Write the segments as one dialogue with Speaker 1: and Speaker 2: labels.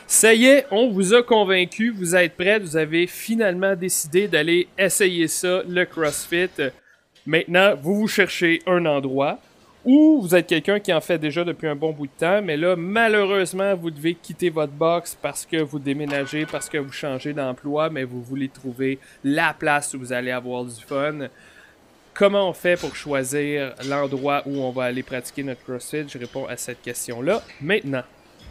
Speaker 1: Ça y est, on vous a convaincu, vous êtes prêts, vous avez finalement décidé d'aller essayer ça, le CrossFit. Maintenant, vous cherchez un endroit ou vous êtes quelqu'un qui en fait déjà depuis un bon bout de temps, mais là, malheureusement, vous devez quitter votre box parce que vous déménagez, parce que vous changez d'emploi, mais vous voulez trouver la place où vous allez avoir du fun. Comment on fait pour choisir l'endroit où on va aller pratiquer notre CrossFit? Je réponds à cette question-là maintenant.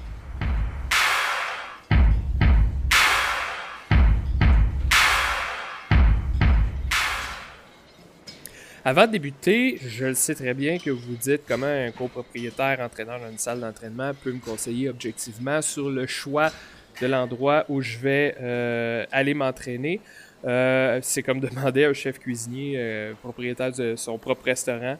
Speaker 1: Avant de débuter, je le sais très bien que vous dites comment un copropriétaire entraîneur dans une salle d'entraînement peut me conseiller objectivement sur le choix de l'endroit où je vais aller m'entraîner. C'est comme demander à un chef cuisinier, propriétaire de son propre restaurant,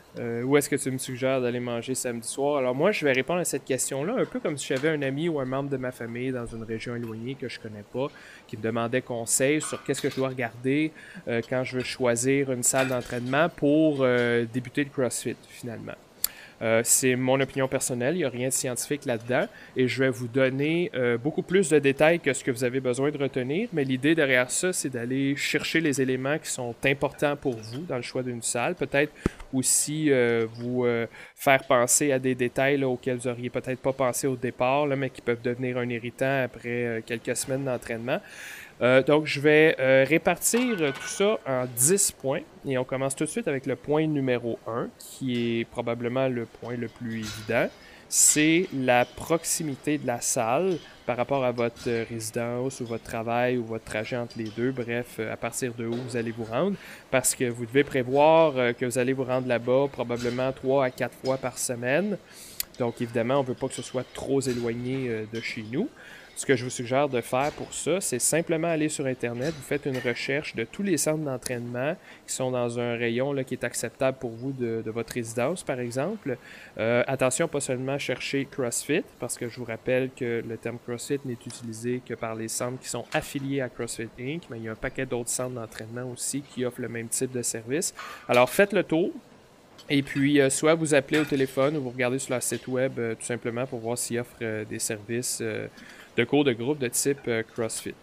Speaker 1: où est-ce que tu me suggères d'aller manger samedi soir? Alors moi, je vais répondre à cette question-là un peu comme si j'avais un ami ou un membre de ma famille dans une région éloignée que je connais pas, qui me demandait conseil sur qu'est-ce que je dois regarder quand je veux choisir une salle d'entraînement pour débuter le CrossFit finalement. C'est mon opinion personnelle, il n'y a rien de scientifique là-dedans et je vais vous donner beaucoup plus de détails que ce que vous avez besoin de retenir, mais l'idée derrière ça, c'est d'aller chercher les éléments qui sont importants pour vous dans le choix d'une salle, peut-être aussi vous faire penser à des détails là, auxquels vous n'auriez peut-être pas pensé au départ, là, mais qui peuvent devenir un irritant après quelques semaines d'entraînement. Donc, je vais répartir tout ça en 10 points. Et on commence tout de suite avec le point numéro 1, qui est probablement le point le plus évident. C'est la proximité de la salle par rapport à votre résidence ou votre travail ou votre trajet entre les deux. Bref, à partir de où vous allez vous rendre. Parce que vous devez prévoir que vous allez vous rendre là-bas probablement 3 à 4 fois par semaine. Donc, évidemment, on ne veut pas que ce soit trop éloigné de chez nous. Ce que je vous suggère de faire pour ça, c'est simplement aller sur Internet, vous faites une recherche de tous les centres d'entraînement qui sont dans un rayon là, qui est acceptable pour vous de votre résidence, par exemple. Attention, pas seulement chercher CrossFit, parce que je vous rappelle que le terme CrossFit n'est utilisé que par les centres qui sont affiliés à CrossFit Inc., mais il y a un paquet d'autres centres d'entraînement aussi qui offrent le même type de service. Alors, faites le tour. Et puis, soit vous appelez au téléphone ou vous regardez sur leur site web tout simplement pour voir s'ils offrent des services de cours de groupe de type CrossFit.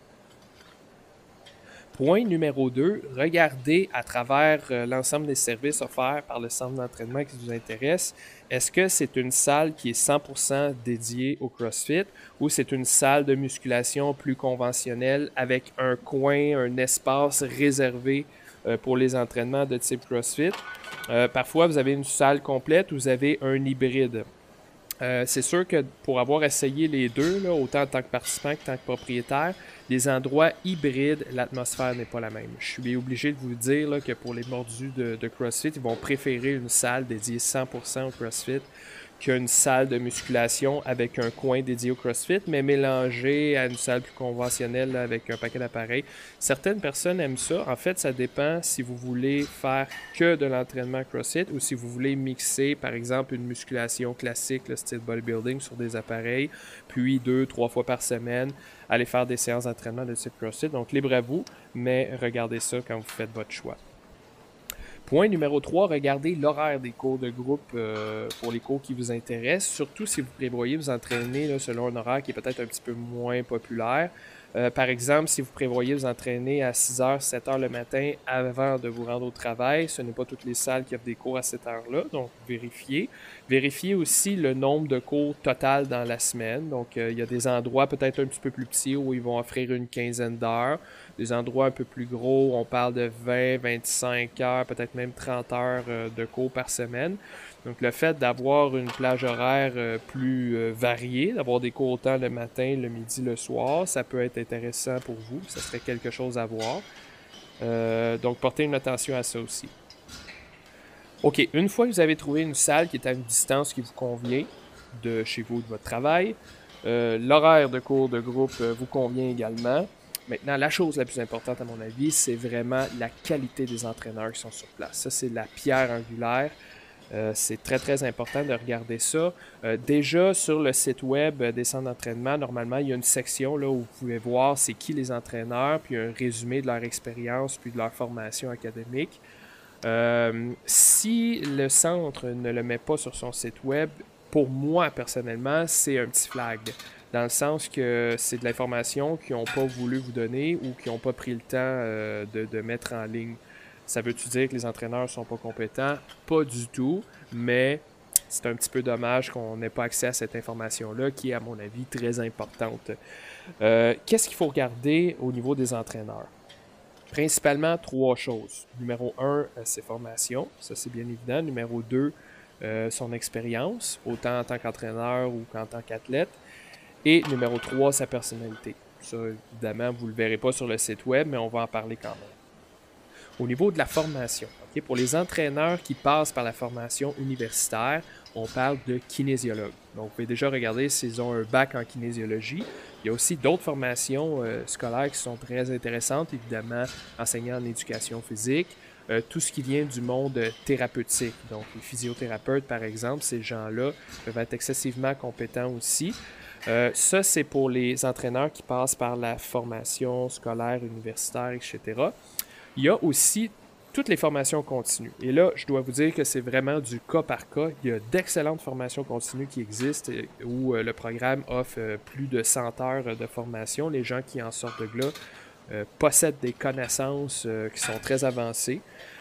Speaker 1: Point numéro 2, regardez à travers l'ensemble des services offerts par le centre d'entraînement qui vous intéresse. Est-ce que c'est une salle qui est 100% dédiée au CrossFit ou c'est une salle de musculation plus conventionnelle avec un coin, un espace réservé pour les entraînements de type CrossFit? Parfois, vous avez une salle complète ou vous avez un hybride. C'est sûr que pour avoir essayé les deux, là, autant en tant que participant que en tant que propriétaire, les endroits hybrides, l'atmosphère n'est pas la même. Je suis obligé de vous dire là, que pour les mordus de CrossFit, ils vont préférer une salle dédiée 100% au CrossFit qu'une salle de musculation avec un coin dédié au CrossFit, mais mélangé à une salle plus conventionnelle là, avec un paquet d'appareils. Certaines personnes aiment ça. En fait, ça dépend si vous voulez faire que de l'entraînement CrossFit ou si vous voulez mixer, par exemple, une musculation classique, le style bodybuilding sur des appareils, puis 2-3 fois par semaine, aller faire des séances d'entraînement de type CrossFit. Donc, libre à vous, mais regardez ça quand vous faites votre choix. Point numéro 3, regardez l'horaire des cours de groupe pour les cours qui vous intéressent, surtout si vous prévoyez vous entraîner là, selon un horaire qui est peut-être un petit peu moins populaire. Par exemple, si vous prévoyez vous entraîner à 6h, 7h le matin avant de vous rendre au travail, ce n'est pas toutes les salles qui offrent des cours à cette heure-là, donc vérifiez. Vérifiez aussi le nombre de cours total dans la semaine. Donc, il y a des endroits peut-être un petit peu plus petits où ils vont offrir une quinzaine d'heures. Des endroits un peu plus gros, on parle de 20, 25 heures, peut-être même 30 heures de cours par semaine. Donc, le fait d'avoir une plage horaire plus variée, d'avoir des cours autant le matin, le midi, le soir, ça peut être intéressant pour vous. Ça serait quelque chose à voir. Donc, portez une attention à ça aussi. OK, une fois que vous avez trouvé une salle qui est à une distance qui vous convient de chez vous, de votre travail, l'horaire de cours de groupe vous convient également. Maintenant, la chose la plus importante à mon avis, c'est vraiment la qualité des entraîneurs qui sont sur place. Ça, c'est la pierre angulaire. C'est très, très important de regarder ça. Déjà, sur le site web des centres d'entraînement, normalement, il y a une section là, où vous pouvez voir c'est qui les entraîneurs, puis un résumé de leur expérience, puis de leur formation académique. Si le centre ne le met pas sur son site web, pour moi, personnellement, c'est un petit flag. dans le sens que c'est de l'information qu'ils n'ont pas voulu vous donner ou qu'ils n'ont pas pris le temps de mettre en ligne. Ça veut-tu dire que les entraîneurs ne sont pas compétents? Pas du tout, mais c'est un petit peu dommage qu'on n'ait pas accès à cette information-là qui est, à mon avis, très importante. Qu'est-ce qu'il faut regarder au niveau des entraîneurs? Principalement 3 choses. Numéro 1, ses formations, ça c'est bien évident. Numéro 2, son expérience, autant en tant qu'entraîneur ou qu'en tant qu'athlète. Et numéro 3, sa personnalité. Ça, évidemment, vous ne le verrez pas sur le site web, mais on va en parler quand même. Au niveau de la formation, pour les entraîneurs qui passent par la formation universitaire, on parle de kinésiologue. Donc, vous pouvez déjà regarder s'ils ont un bac en kinésiologie. Il y a aussi d'autres formations scolaires qui sont très intéressantes, évidemment, enseignants en éducation physique, tout ce qui vient du monde thérapeutique. Donc, les physiothérapeutes, par exemple, ces gens-là peuvent être excessivement compétents aussi. Ça, c'est pour les entraîneurs qui passent par la formation scolaire, universitaire, etc. Il y a aussi toutes les formations continues. Et là, je dois vous dire que c'est vraiment du cas par cas. Il y a d'excellentes formations continues qui existent où le programme offre plus de 100 heures de formation. Les gens qui en sortent de là possèdent des connaissances qui sont très avancées.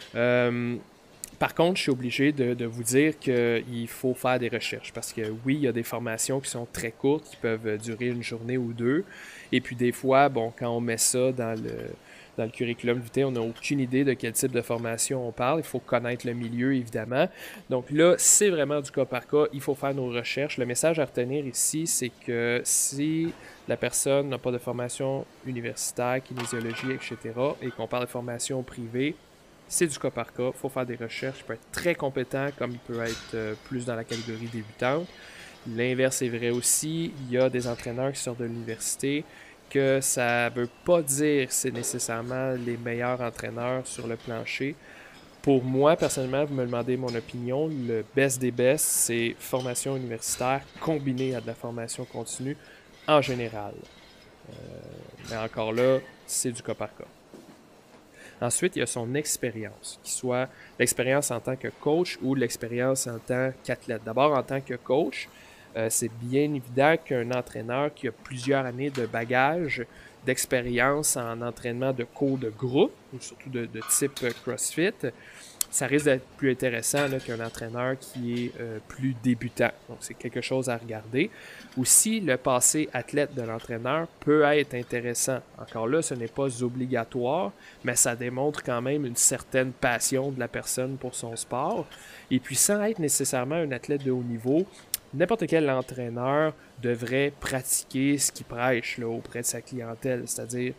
Speaker 1: Par contre, je suis obligé de vous dire qu'il faut faire des recherches parce que oui, il y a des formations qui sont très courtes, qui peuvent durer une journée ou deux. Et puis des fois, bon, quand on met ça dans le curriculum vitae, on n'a aucune idée de quel type de formation on parle. Il faut connaître le milieu, évidemment. Donc là, c'est vraiment du cas par cas. Il faut faire nos recherches. Le message à retenir ici, c'est que si la personne n'a pas de formation universitaire, kinésiologie, etc., et qu'on parle de formation privée, c'est du cas par cas. Il faut faire des recherches. Il peut être très compétent, comme il peut être plus dans la catégorie débutante. L'inverse est vrai aussi. Il y a des entraîneurs qui sortent de l'université que ça ne veut pas dire que c'est nécessairement les meilleurs entraîneurs sur le plancher. Pour moi, personnellement, vous me demandez mon opinion, le best des best, c'est formation universitaire combinée à de la formation continue en général. Mais encore là, c'est du cas par cas. Ensuite, il y a son expérience, qui soit l'expérience en tant que coach ou l'expérience en tant qu'athlète. D'abord, en tant que coach, c'est bien évident qu'un entraîneur qui a plusieurs années de bagages, d'expérience en entraînement de cours de groupe, ou surtout de type CrossFit, ça risque d'être plus intéressant qu'un entraîneur qui est plus débutant. Donc, c'est quelque chose à regarder. Aussi, le passé athlète de l'entraîneur peut être intéressant. Encore là, ce n'est pas obligatoire, mais ça démontre quand même une certaine passion de la personne pour son sport. Et puis, sans être nécessairement un athlète de haut niveau, n'importe quel entraîneur devrait pratiquer ce qu'il prêche là, auprès de sa clientèle. C'est-à-dire,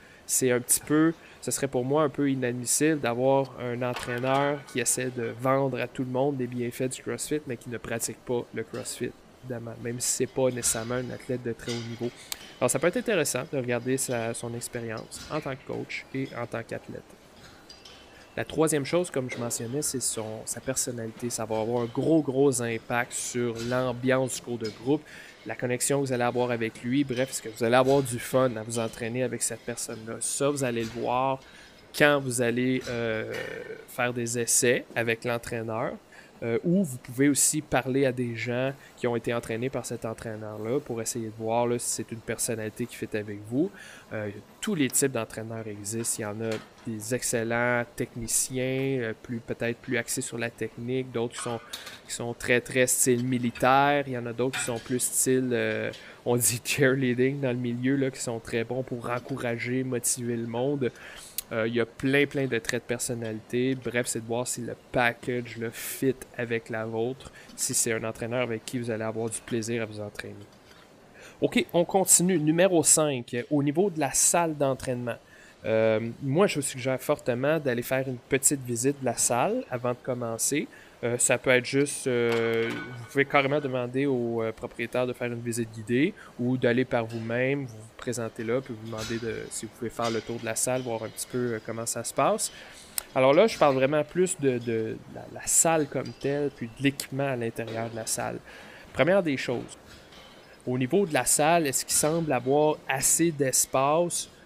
Speaker 1: ce serait pour moi un peu inadmissible d'avoir un entraîneur qui essaie de vendre à tout le monde des bienfaits du CrossFit, mais qui ne pratique pas le CrossFit, évidemment, même si c'est pas nécessairement un athlète de très haut niveau. Alors, ça peut être intéressant de regarder son expérience en tant que coach et en tant qu'athlète. La troisième chose, comme je mentionnais, c'est sa personnalité. Ça va avoir un gros impact sur l'ambiance du cours de groupe, la connexion que vous allez avoir avec lui. Bref, est-ce que vous allez avoir du fun à vous entraîner avec cette personne-là? Ça, vous allez le voir quand vous allez faire des essais avec l'entraîneur. Ou vous pouvez aussi parler à des gens qui ont été entraînés par cet entraîneur-là pour essayer de voir là, si c'est une personnalité qui fit avec vous. Tous les types d'entraîneurs existent. Il y en a des excellents techniciens, peut-être plus axés sur la technique, d'autres qui sont très style militaire. Il y en a d'autres qui sont plus style, on dit cheerleading dans le milieu, là, qui sont très bons pour encourager, motiver le monde. Il y a plein de traits de personnalité. Bref, c'est de voir si le package le fit avec la vôtre, si c'est un entraîneur avec qui vous allez avoir du plaisir à vous entraîner. OK, on continue. Numéro 5, au niveau de la salle d'entraînement. Moi, je vous suggère fortement d'aller faire une petite visite de la salle avant de commencer. Ça peut être juste, vous pouvez carrément demander au propriétaire de faire une visite guidée ou d'aller par vous-même, vous vous présenter là, puis vous demander si vous pouvez faire le tour de la salle, voir un petit peu comment ça se passe. Alors là, je parle vraiment plus de la salle comme telle, puis de l'équipement à l'intérieur de la salle. Première des choses, au niveau de la salle, est-ce qu'il semble avoir assez d'espace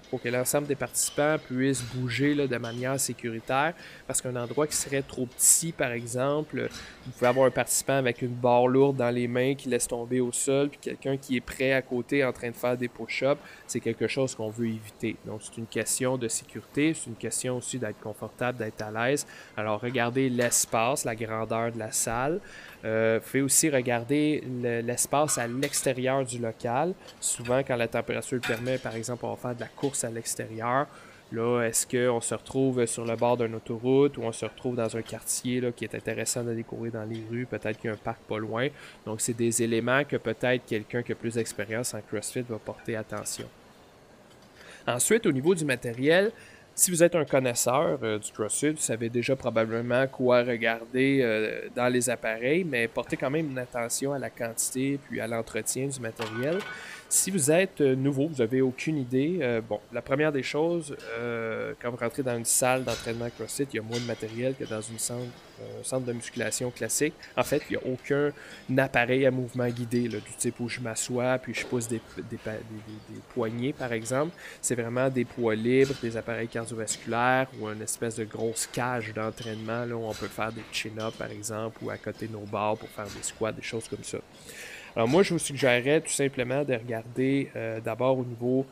Speaker 1: pour que l'ensemble des participants puissent bouger là, de manière sécuritaire. Parce qu'un endroit qui serait trop petit, par exemple, vous pouvez avoir un participant avec une barre lourde dans les mains qui laisse tomber au sol, puis quelqu'un qui est prêt à côté en train de faire des push-ups. C'est quelque chose qu'on veut éviter. Donc, c'est une question de sécurité, c'est une question aussi d'être confortable, d'être à l'aise. Alors, regardez l'espace, la grandeur de la salle. Vous pouvez aussi regarder l'espace à l'extérieur du local. Souvent, quand la température le permet, par exemple, on va faire de la course à l'extérieur. Là, est-ce qu'on se retrouve sur le bord d'une autoroute ou on se retrouve dans un quartier là, qui est intéressant de découvrir dans les rues? Peut-être qu'il y a un parc pas loin. Donc, c'est des éléments que peut-être quelqu'un qui a plus d'expérience en CrossFit va porter attention. Ensuite, au niveau du matériel, si vous êtes un connaisseur du CrossFit, vous savez déjà probablement quoi regarder dans les appareils, mais portez quand même une attention à la quantité puis à l'entretien du matériel. Si vous êtes nouveau, vous n'avez aucune idée, bon, la première des choses, quand vous rentrez dans une salle d'entraînement CrossFit, il y a moins de matériel que dans un centre de musculation classique. En fait, il n'y a aucun appareil à mouvement guidé, là, du type où je m'assois puis je pousse des poignées, par exemple. C'est vraiment des poids libres, des appareils cardiovasculaires ou une espèce de grosse cage d'entraînement là, où on peut faire des chin-ups, par exemple, ou à côté de nos barres pour faire des squats, des choses comme ça. Alors moi, je vous suggérerais tout simplement de regarder d'abord au niveau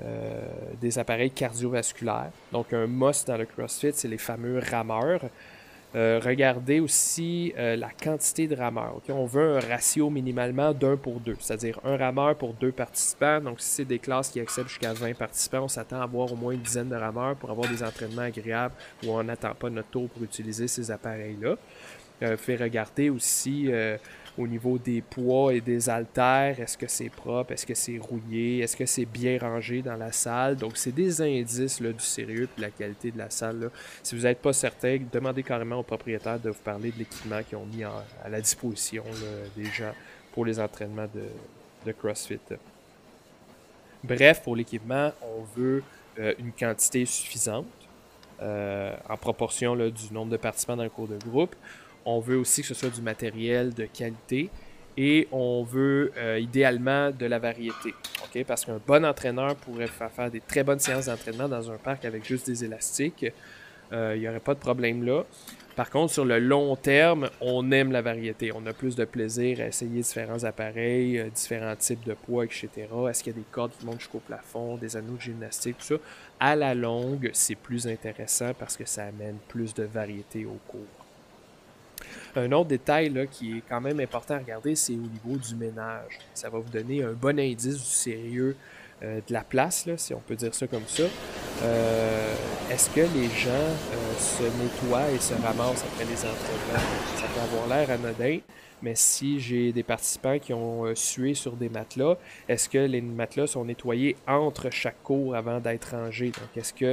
Speaker 1: des appareils cardiovasculaires. Donc un must dans le CrossFit, c'est les fameux rameurs. Regardez aussi la quantité de rameurs. Okay? On veut un ratio minimalement d'1 pour 2, c'est-à-dire un rameur pour 2 participants. Donc, si c'est des classes qui acceptent jusqu'à 20 participants, on s'attend à avoir au moins une dizaine de rameurs pour avoir des entraînements agréables où on n'attend pas notre tour pour utiliser ces appareils-là. Fait regarder aussi au niveau des poids et des haltères, est-ce que c'est propre, est-ce que c'est rouillé, est-ce que c'est bien rangé dans la salle. Donc, c'est des indices là, du sérieux et de la qualité de la salle. Là. Si vous n'êtes pas certain, demandez carrément au propriétaire de vous parler de l'équipement qu'ils ont mis à la disposition là, des gens pour les entraînements de CrossFit. Bref, pour l'équipement, on veut une quantité suffisante en proportion là, du nombre de participants dans le cours de groupe. On veut aussi que ce soit du matériel de qualité et on veut idéalement de la variété. Okay? Parce qu'un bon entraîneur pourrait faire des très bonnes séances d'entraînement dans un parc avec juste des élastiques. Il n'y aurait pas de problème là. Par contre, sur le long terme, on aime la variété. On a plus de plaisir à essayer différents appareils, différents types de poids, etc. Est-ce qu'il y a des cordes qui montent jusqu'au plafond, des anneaux de gymnastique, tout ça? À la longue, c'est plus intéressant parce que ça amène plus de variété au cours. Un autre détail là, qui est quand même important à regarder, c'est au niveau du ménage. Ça va vous donner un bon indice du sérieux de la place, là, si on peut dire ça comme ça. Est-ce que les gens se nettoient et se ramassent après les entraînements? Ça peut avoir l'air anodin, mais si j'ai des participants qui ont sué sur des matelas, est-ce que les matelas sont nettoyés entre chaque cours avant d'être rangés? Donc, est-ce que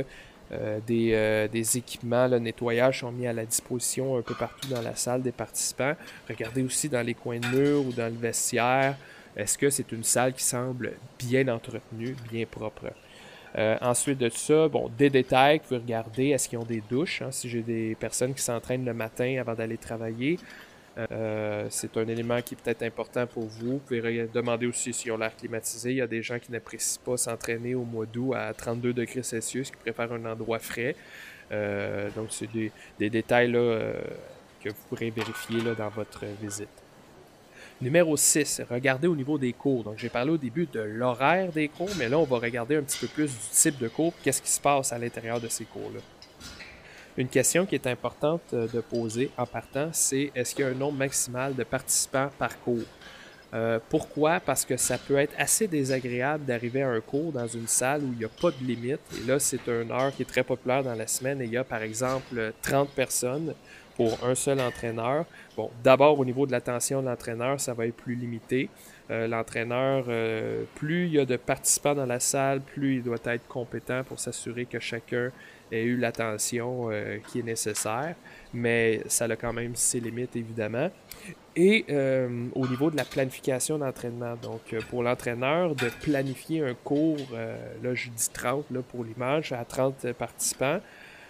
Speaker 1: des équipements, le nettoyage sont mis à la disposition un peu partout dans la salle des participants? Regardez aussi dans les coins de mur ou dans le vestiaire. Est-ce que c'est une salle qui semble bien entretenue, bien propre? Ensuite de ça, bon, des détails que vous regardez, est-ce qu'ils ont des douches? Hein? Si j'ai des personnes qui s'entraînent le matin avant d'aller travailler, c'est un élément qui est peut-être important pour vous. Vous pouvez demander aussi s'ils ont l'air climatisé. Il y a des gens qui n'apprécient pas s'entraîner au mois d'août à 32 degrés Celsius, qui préfèrent un endroit frais. Donc, c'est des détails là, que vous pourrez vérifier là, dans votre visite. Numéro 6, regardez au niveau des cours. Donc, j'ai parlé au début de l'horaire des cours, mais là, on va regarder un petit peu plus du type de cours, qu'est-ce qui se passe à l'intérieur de ces cours-là. Une question qui est importante de poser en partant, c'est est-ce qu'il y a un nombre maximal de participants par cours? Pourquoi? Parce que ça peut être assez désagréable d'arriver à un cours dans une salle où il n'y a pas de limite. Et là, c'est une heure qui est très populaire dans la semaine et il y a par exemple 30 personnes pour un seul entraîneur. Bon, d'abord au niveau de l'attention de l'entraîneur, ça va être plus limité. L'entraîneur, plus il y a de participants dans la salle, plus il doit être compétent pour s'assurer que chacun ait eu l'attention qui est nécessaire. Mais ça a quand même ses limites, évidemment. Et au niveau de la planification d'entraînement, donc pour l'entraîneur, de planifier un cours, là je dis 30 là, pour l'image, à 30 participants,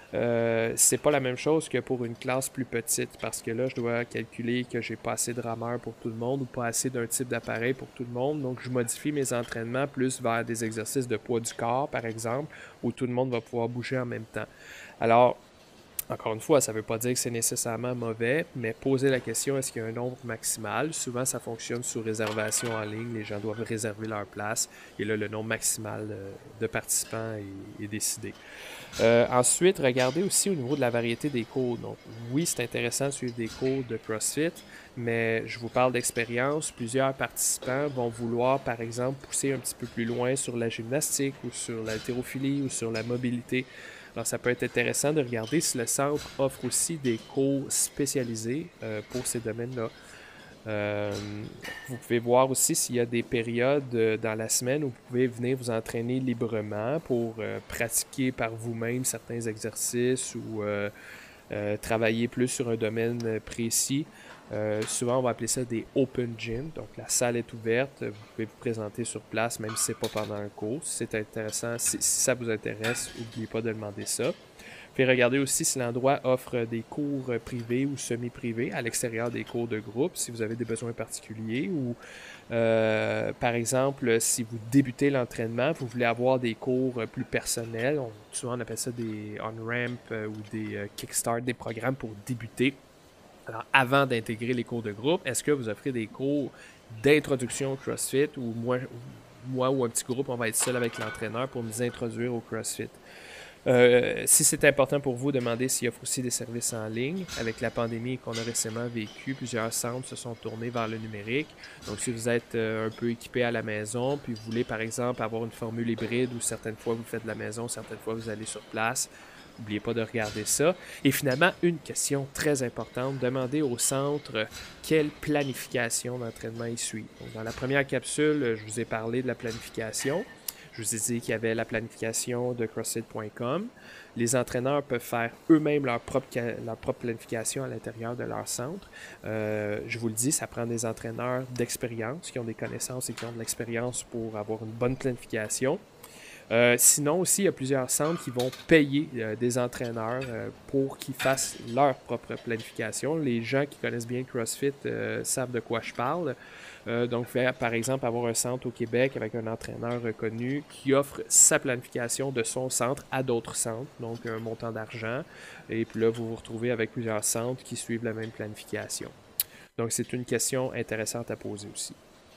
Speaker 1: c'est pas la même chose que pour une classe plus petite parce que là, je dois calculer que j'ai pas assez de rameurs pour tout le monde ou pas assez d'un type d'appareil pour tout le monde. Donc, je modifie mes entraînements plus vers des exercices de poids du corps, par exemple, où tout le monde va pouvoir bouger en même temps. Alors, encore une fois, ça ne veut pas dire que c'est nécessairement mauvais, mais poser la question, est-ce qu'il y a un nombre maximal? Souvent, ça fonctionne sous réservation en ligne. Les gens doivent réserver leur place. Et là, le nombre maximal de participants est décidé. Ensuite, regardez aussi au niveau de la variété des cours. Donc, oui, c'est intéressant de suivre des cours de CrossFit, mais je vous parle d'expérience. Plusieurs participants vont vouloir, par exemple, pousser un petit peu plus loin sur la gymnastique ou sur l'haltérophilie ou sur la mobilité. Alors, ça peut être intéressant de regarder si le centre offre aussi des cours spécialisés pour ces domaines-là. Vous pouvez voir aussi s'il y a des périodes dans la semaine où vous pouvez venir vous entraîner librement pour pratiquer par vous-même certains exercices ou travailler plus sur un domaine précis. Souvent, on va appeler ça des open gym. Donc, la salle est ouverte. Vous pouvez vous présenter sur place, même si ce n'est pas pendant un cours. Si c'est intéressant, si ça vous intéresse, n'oubliez pas de demander ça. Puis regardez aussi si l'endroit offre des cours privés ou semi-privés à l'extérieur des cours de groupe, si vous avez des besoins particuliers ou par exemple, si vous débutez l'entraînement, vous voulez avoir des cours plus personnels, souvent on appelle ça des on-ramp ou des kickstart, des programmes pour débuter. Alors, avant d'intégrer les cours de groupe, est-ce que vous offrez des cours d'introduction au CrossFit ou moi ou un petit groupe, on va être seul avec l'entraîneur pour nous introduire au CrossFit? Si c'est important pour vous, demandez s'il offre aussi des services en ligne. Avec la pandémie qu'on a récemment vécue, plusieurs centres se sont tournés vers le numérique. Donc, si vous êtes un peu équipé à la maison, puis vous voulez, par exemple, avoir une formule hybride où certaines fois vous faites de la maison, certaines fois vous allez sur place, n'oubliez pas de regarder ça. Et finalement, une question très importante, demandez au centre quelle planification d'entraînement il suit. Donc, dans la première capsule, je vous ai parlé de la planification. Je vous ai dit qu'il y avait la planification de CrossFit.com. Les entraîneurs peuvent faire eux-mêmes leur propre planification à l'intérieur de leur centre. Je vous le dis, ça prend des entraîneurs d'expérience qui ont des connaissances et qui ont de l'expérience pour avoir une bonne planification. Sinon aussi, il y a plusieurs centres qui vont payer des entraîneurs pour qu'ils fassent leur propre planification. Les gens qui connaissent bien CrossFit savent de quoi je parle. Donc, par exemple, avoir un centre au Québec avec un entraîneur reconnu qui offre sa planification de son centre à d'autres centres, donc un montant d'argent. Et puis là, vous vous retrouvez avec plusieurs centres qui suivent la même planification. Donc, c'est une question intéressante à poser aussi.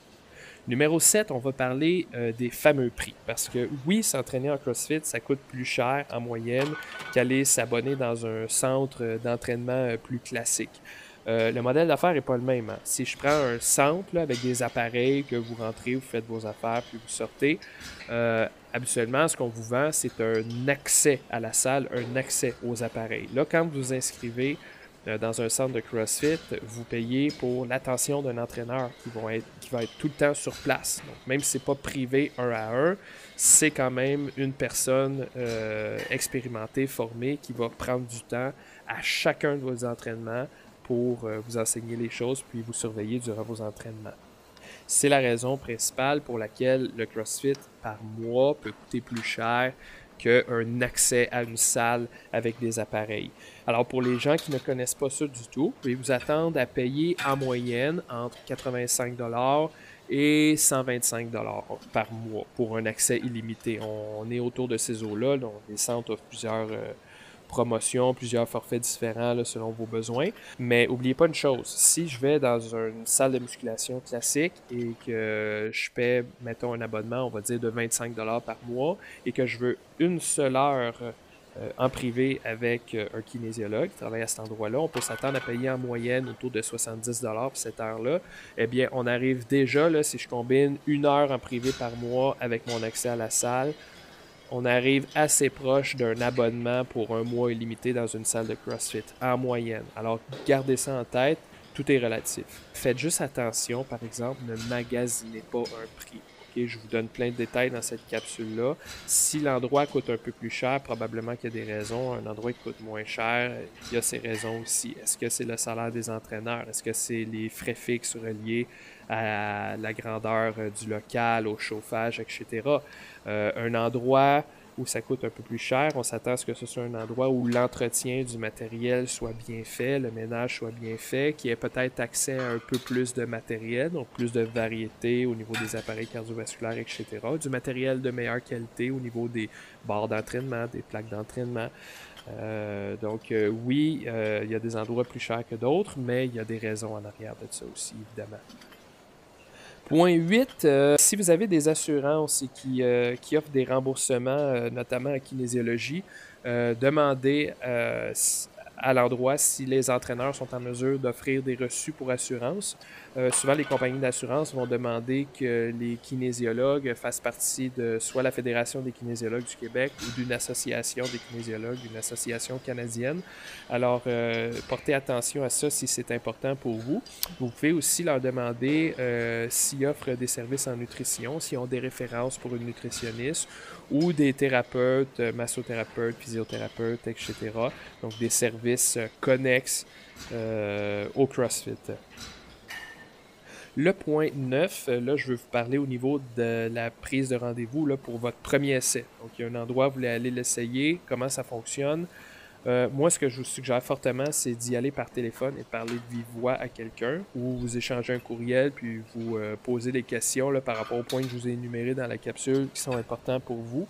Speaker 1: Numéro 7, on va parler des fameux prix. Parce que oui, s'entraîner en CrossFit, ça coûte plus cher en moyenne qu'aller s'abonner dans un centre d'entraînement plus classique. Le modèle d'affaires n'est pas le même. Hein. Si je prends un centre là, avec des appareils que vous rentrez, vous faites vos affaires, puis vous sortez, habituellement, ce qu'on vous vend, c'est un accès à la salle, un accès aux appareils. Là, quand vous vous inscrivez dans un centre de CrossFit, vous payez pour l'attention d'un entraîneur qui va être tout le temps sur place. Donc, même si ce n'est pas privé un à un, c'est quand même une personne expérimentée, formée, qui va prendre du temps à chacun de vos entraînements pour vous enseigner les choses puis vous surveiller durant vos entraînements. C'est la raison principale pour laquelle le CrossFit par mois peut coûter plus cher qu'un accès à une salle avec des appareils. Alors pour les gens qui ne connaissent pas ça du tout, vous pouvez vous attendre à payer en moyenne entre 85 $ et 125 $ par mois pour un accès illimité. On est autour de ces eaux-là. Donc les centres offrent plusieurs promotions, plusieurs forfaits différents là, selon vos besoins. Mais n'oubliez pas une chose, si je vais dans une salle de musculation classique et que je paie, mettons, un abonnement, on va dire de 25 $ par mois, et que je veux une seule heure en privé avec un kinésiologue qui travaille à cet endroit-là, on peut s'attendre à payer en moyenne autour de 70 $ pour cette heure-là. Eh bien, on arrive déjà, là, si je combine une heure en privé par mois avec mon accès à la salle, on arrive assez proche d'un abonnement pour un mois illimité dans une salle de CrossFit, en moyenne. Alors, gardez ça en tête, tout est relatif. Faites juste attention, par exemple, ne magasinez pas un prix. Okay, je vous donne plein de détails dans cette capsule-là. Si l'endroit coûte un peu plus cher, probablement qu'il y a des raisons. Un endroit qui coûte moins cher, il y a ses raisons aussi. Est-ce que c'est le salaire des entraîneurs? Est-ce que c'est les frais fixes reliés à la grandeur du local, au chauffage, etc.? Un endroit où ça coûte un peu plus cher. On s'attend à ce que ce soit un endroit où l'entretien du matériel soit bien fait, le ménage soit bien fait, qu'il y ait peut-être accès à un peu plus de matériel, donc plus de variété au niveau des appareils cardiovasculaires, etc. Du matériel de meilleure qualité au niveau des barres d'entraînement, des plaques d'entraînement. Oui, il y a des endroits plus chers que d'autres, mais il y a des raisons en arrière de ça aussi, évidemment. Point 8, si vous avez des assurances qui offrent des remboursements, notamment en kinésiologie, demandez à l'endroit si les entraîneurs sont en mesure d'offrir des reçus pour assurance. Souvent, les compagnies d'assurance vont demander que les kinésiologues fassent partie de soit la Fédération des kinésiologues du Québec ou d'une association des kinésiologues, une association canadienne. Alors, portez attention à ça si c'est important pour vous. Vous pouvez aussi leur demander s'ils offrent des services en nutrition, s'ils ont des références pour une nutritionniste ou des thérapeutes, massothérapeutes, physiothérapeutes, etc. Donc, des services connexes au CrossFit. Le point 9, là, je veux vous parler au niveau de la prise de rendez-vous là, pour votre premier essai. Donc, il y a un endroit, vous voulez aller l'essayer, comment ça fonctionne. Moi, ce que je vous suggère fortement, c'est d'y aller par téléphone et de parler de vive voix à quelqu'un, ou vous échangez un courriel, puis vous posez des questions là, par rapport aux points que je vous ai énumérés dans la capsule qui sont importants pour vous.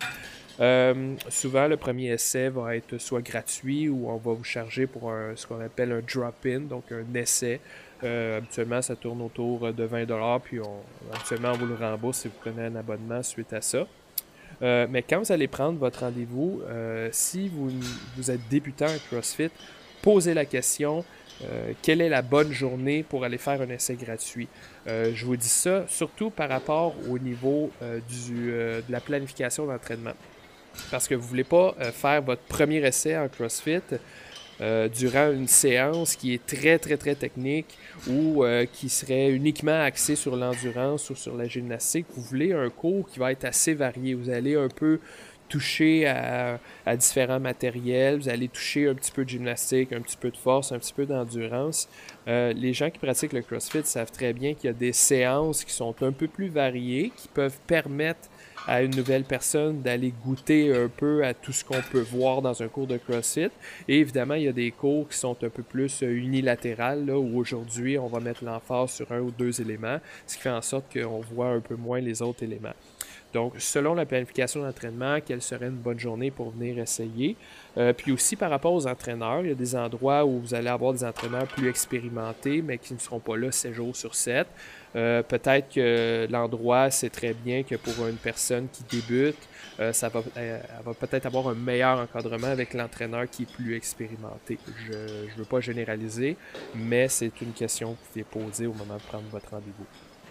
Speaker 1: Souvent, le premier essai va être soit gratuit ou on va vous charger pour ce qu'on appelle un drop-in, donc un essai. Habituellement, ça tourne autour de 20$, puis habituellement, on vous le rembourse si vous prenez un abonnement suite à ça. Mais quand vous allez prendre votre rendez-vous, si vous êtes débutant en CrossFit, posez la question quelle est la bonne journée pour aller faire un essai gratuit. Je vous dis ça surtout par rapport au niveau de la planification d'entraînement. Parce que vous ne voulez pas faire votre premier essai en CrossFit durant une séance qui est très, très, très technique ou qui serait uniquement axée sur l'endurance ou sur la gymnastique. Vous voulez un cours qui va être assez varié. Vous allez un peu toucher à différents matériels, vous allez toucher un petit peu de gymnastique, un petit peu de force, un petit peu d'endurance. Les gens qui pratiquent le CrossFit savent très bien qu'il y a des séances qui sont un peu plus variées, qui peuvent permettre à une nouvelle personne d'aller goûter un peu à tout ce qu'on peut voir dans un cours de CrossFit. Et évidemment, il y a des cours qui sont un peu plus unilatérales, là, où aujourd'hui, on va mettre l'emphase sur un ou deux éléments, ce qui fait en sorte qu'on voit un peu moins les autres éléments. Donc, selon la planification d'entraînement, quelle serait une bonne journée pour venir essayer. Puis aussi, par rapport aux entraîneurs, il y a des endroits où vous allez avoir des entraîneurs plus expérimentés, mais qui ne seront pas là 7 jours sur 7. Peut-être que l'endroit sait très bien que pour une personne qui débute, elle va peut-être avoir un meilleur encadrement avec l'entraîneur qui est plus expérimenté. Je ne veux pas généraliser, mais c'est une question que vous pouvez poser au moment de prendre votre rendez-vous.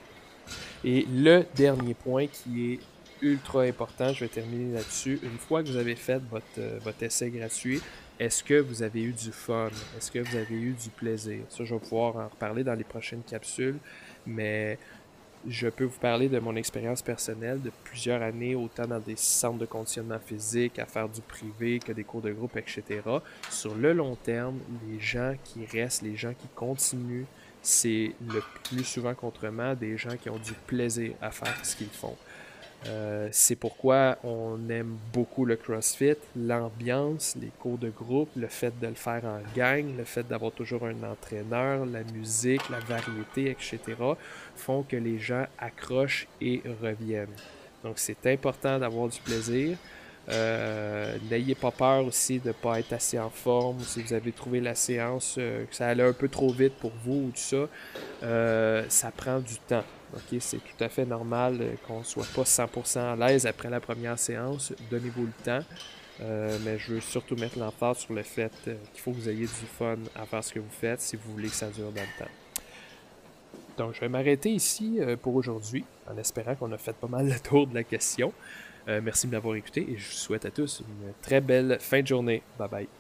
Speaker 1: Et le dernier point qui est ultra important, je vais terminer là-dessus. Une fois que vous avez fait votre essai gratuit, est-ce que vous avez eu du fun? Est-ce que vous avez eu du plaisir? Ça, je vais pouvoir en reparler dans les prochaines capsules, mais je peux vous parler de mon expérience personnelle de plusieurs années, autant dans des centres de conditionnement physique, à faire du privé que des cours de groupe, etc. Sur le long terme, les gens qui restent, les gens qui continuent, c'est le plus souvent qu'autrement des gens qui ont du plaisir à faire ce qu'ils font. C'est pourquoi on aime beaucoup le CrossFit, l'ambiance, les cours de groupe, le fait de le faire en gang, le fait d'avoir toujours un entraîneur, la musique, la variété, etc. font que les gens accrochent et reviennent. Donc c'est important d'avoir du plaisir. N'ayez pas peur aussi de ne pas être assez en forme. Si vous avez trouvé la séance que ça allait un peu trop vite pour vous ou tout ça, ça prend du temps. Okay? C'est tout à fait normal qu'on ne soit pas 100% à l'aise après la première séance. Donnez-vous le temps. Mais je veux surtout mettre l'emphase sur le fait qu'il faut que vous ayez du fun à faire ce que vous faites si vous voulez que ça dure dans le temps. Donc, je vais m'arrêter ici pour aujourd'hui, en espérant qu'on a fait pas mal le tour de la question. Merci de m'avoir écouté et je vous souhaite à tous une très belle fin de journée. Bye bye.